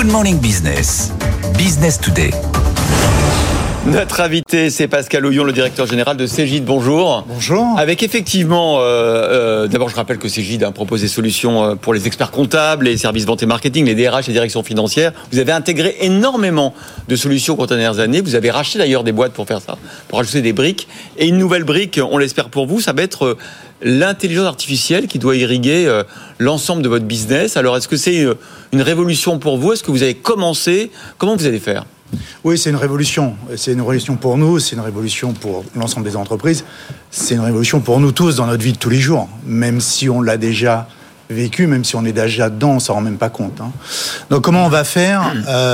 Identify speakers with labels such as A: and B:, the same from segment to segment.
A: Good Morning Business, Business Today.
B: Notre invité, c'est Pascal Oyon, le directeur général de Cegid. Bonjour.
C: Bonjour.
B: Avec effectivement, d'abord je rappelle que Cegid propose des solutions pour les experts comptables, les services vente et marketing, les DRH, les directions financières. Vous avez intégré énormément de solutions pour les dernières années. Vous avez racheté d'ailleurs des boîtes pour faire ça, pour ajouter des briques. Et une nouvelle brique, on l'espère pour vous, ça va être l'intelligence artificielle qui doit irriguer l'ensemble de votre business. Alors est-ce que c'est une révolution pour vous ? Est-ce que vous avez commencé ? Comment vous allez faire ?
C: Oui, c'est une révolution. C'est une révolution pour nous, c'est une révolution pour l'ensemble des entreprises. C'est une révolution pour nous tous dans notre vie de tous les jours. Même si on l'a déjà vécu, même si on est déjà dedans, on ne s'en rend même pas compte. Donc comment on va faire ?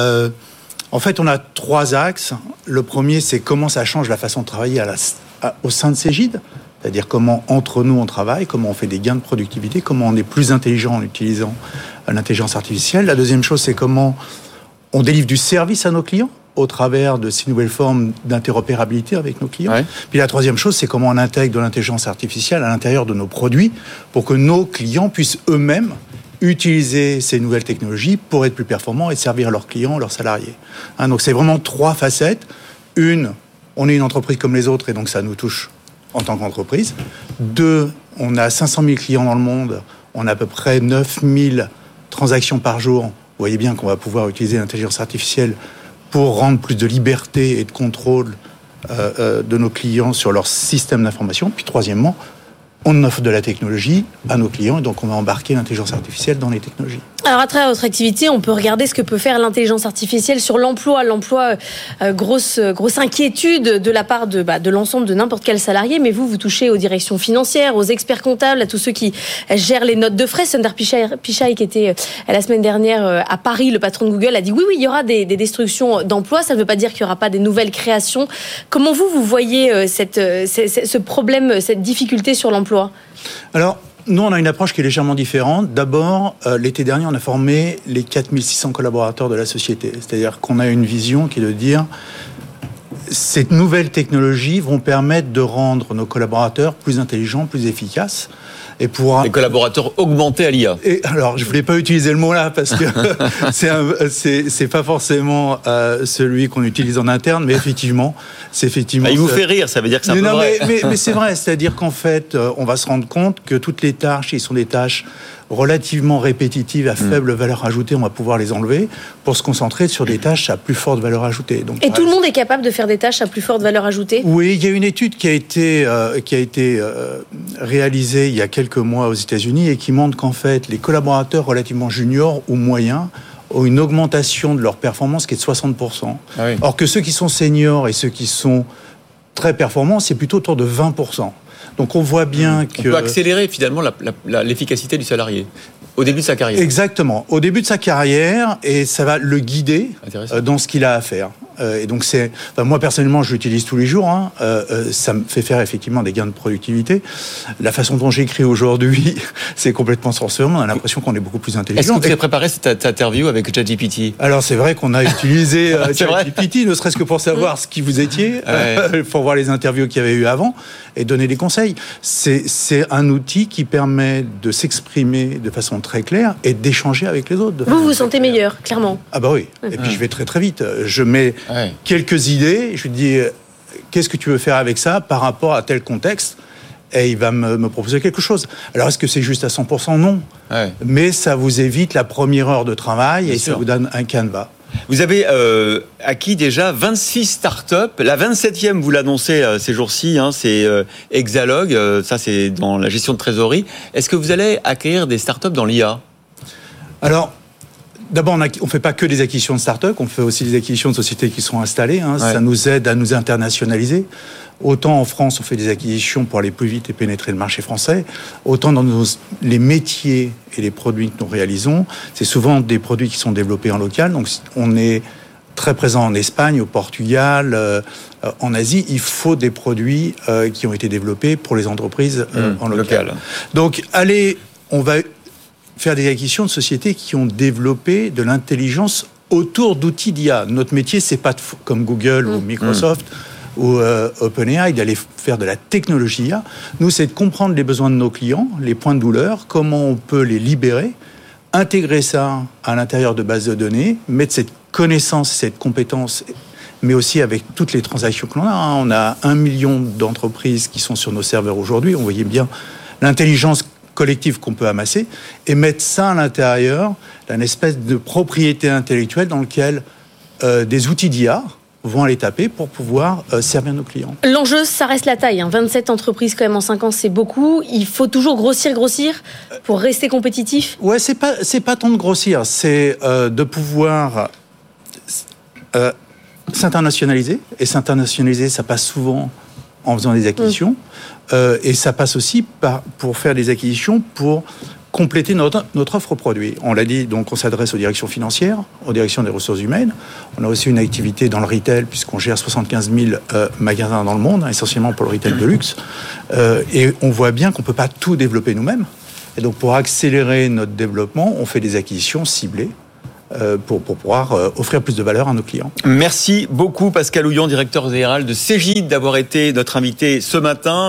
C: En fait, on a 3 axes. Le premier, c'est comment ça change la façon de travailler au sein de Cegid. C'est-à-dire comment, entre nous, on travaille, comment on fait des gains de productivité, comment on est plus intelligent en utilisant l'intelligence artificielle. La deuxième chose, c'est comment on délivre du service à nos clients au travers de ces nouvelles formes d'interopérabilité avec nos clients. Ouais. Puis la troisième chose, c'est comment on intègre de l'intelligence artificielle à l'intérieur de nos produits pour que nos clients puissent eux-mêmes utiliser ces nouvelles technologies pour être plus performants et servir leurs clients, leurs salariés. Donc c'est vraiment 3 facettes. Une, on est une entreprise comme les autres et donc ça nous touche en tant qu'entreprise. 2, on a 500 000 clients dans le monde, on a à peu près 9 000 transactions par jour. Vous voyez bien qu'on va pouvoir utiliser l'intelligence artificielle pour rendre plus de liberté et de contrôle de nos clients sur leur système d'information. Puis troisièmement, on offre de la technologie à nos clients et donc on va embarquer l'intelligence artificielle dans les technologies.
D: Alors à travers votre activité, on peut regarder ce que peut faire l'intelligence artificielle sur l'emploi. Grosse inquiétude de la part de l'ensemble de n'importe quel salarié. Mais vous touchez aux directions financières, aux experts comptables, à tous ceux qui gèrent les notes de frais. Sundar Pichai, qui était la semaine dernière à Paris, le patron de Google, a dit oui, il y aura des destructions d'emplois. Ça ne veut pas dire qu'il n'y aura pas des nouvelles créations. Comment vous voyez ce problème, cette difficulté sur l'emploi ?
C: Alors, nous, on a une approche qui est légèrement différente. D'abord, l'été dernier, on a formé les 4600 collaborateurs de la société. C'est-à-dire qu'on a une vision qui est de dire ces nouvelles technologies vont permettre de rendre nos collaborateurs plus intelligents, plus efficaces. Et pour
B: les collaborateurs augmentés à l'IA.
C: Et alors, je voulais pas utiliser le mot là parce que c'est pas forcément celui qu'on utilise en interne, mais effectivement, c'est effectivement.
B: Il vous fait rire, ça veut dire que c'est un peu vrai.
C: Mais c'est vrai, c'est-à-dire qu'en fait, on va se rendre compte que toutes les tâches, qui sont des tâches relativement répétitives à faible valeur ajoutée, on va pouvoir les enlever pour se concentrer sur des tâches à plus forte valeur ajoutée. Donc,
D: et tout le monde est capable de faire des tâches à plus forte valeur ajoutée ?
C: Oui, il y a une étude qui a été réalisée il y a quelques mois aux États-Unis et qui montre qu'en fait, les collaborateurs relativement juniors ou moyens ont une augmentation de leur performance qui est de 60%. Ah oui. Or que ceux qui sont seniors et ceux qui sont très performants, c'est plutôt autour de 20%. Donc on voit bien que...
B: On peut accélérer finalement l'efficacité du salarié au début de sa carrière.
C: Exactement, au début de sa carrière, et ça va le guider dans ce qu'il a à faire. Et donc moi personnellement, je l'utilise tous les jours. Ça me fait faire effectivement des gains de productivité. La façon dont j'écris aujourd'hui, c'est complètement transformant. On a l'impression qu'on est beaucoup plus intelligent.
B: Est-ce que vous avez préparé cette interview avec ChatGPT ?
C: Alors c'est vrai qu'on a utilisé ChatGPT, ne serait-ce que pour savoir ce qui vous étiez, pour voir les interviews qu'il y avait eu avant et donner des conseils. C'est un outil qui permet de s'exprimer de façon très claire et d'échanger avec les autres.
D: Vous vous sentez meilleur, clairement.
C: Ah bah oui. Et puis je vais très très vite. Je mets quelques idées. Je lui dis qu'est-ce que tu veux faire avec ça par rapport à tel contexte. Et il va me proposer quelque chose. Alors, est-ce que c'est juste à 100% ? Non. Mais ça vous évite la première heure de travail. Bien et sûr. Ça vous donne un canevas.
B: Vous avez acquis déjà 26 startups. La 27e, vous l'annoncez ces jours-ci, c'est Exalog. Ça, c'est dans la gestion de trésorerie. Est-ce que vous allez acquérir des startups dans l'IA ?
C: Alors, d'abord, on ne fait pas que des acquisitions de start-up, on fait aussi des acquisitions de sociétés qui sont installées. Ça nous aide à nous internationaliser. Autant en France, on fait des acquisitions pour aller plus vite et pénétrer le marché français, autant dans les métiers et les produits que nous réalisons, c'est souvent des produits qui sont développés en local. Donc, on est très présent en Espagne, au Portugal, en Asie. Il faut des produits qui ont été développés pour les entreprises en local. Donc, on va faire des acquisitions de sociétés qui ont développé de l'intelligence autour d'outils d'IA. Notre métier, c'est pas comme Google ou Microsoft ou OpenAI d'aller faire de la technologie IA. Nous, c'est de comprendre les besoins de nos clients, les points de douleur, comment on peut les libérer intégrer ça à l'intérieur de bases de données, mettre cette connaissance, cette compétence, mais aussi avec toutes les transactions que l'on a. On a 1 million d'entreprises qui sont sur nos serveurs aujourd'hui. On voyait bien l'intelligence collective qu'on peut amasser et mettre ça à l'intérieur d'une espèce de propriété intellectuelle dans lequel des outils d'IA vont aller taper pour pouvoir servir nos clients.
D: L'enjeu, ça reste la taille. 27 entreprises quand même en 5 ans, c'est beaucoup. Il faut toujours grossir pour rester compétitif.
C: Ouais, c'est pas tant de grossir, c'est de pouvoir s'internationaliser. Et s'internationaliser, ça passe souvent en faisant des acquisitions. Et ça passe aussi pour faire des acquisitions pour compléter notre offre produit. On l'a dit, donc on s'adresse aux directions financières, aux directions des ressources humaines. On a aussi une activité dans le retail, puisqu'on gère 75 000 magasins dans le monde, essentiellement pour le retail de luxe. Et on voit bien qu'on ne peut pas tout développer nous-mêmes. Et donc pour accélérer notre développement, on fait des acquisitions ciblées pour pouvoir offrir plus de valeur à nos clients.
B: Merci beaucoup Pascal Houillon, directeur général de Cegid, d'avoir été notre invité ce matin.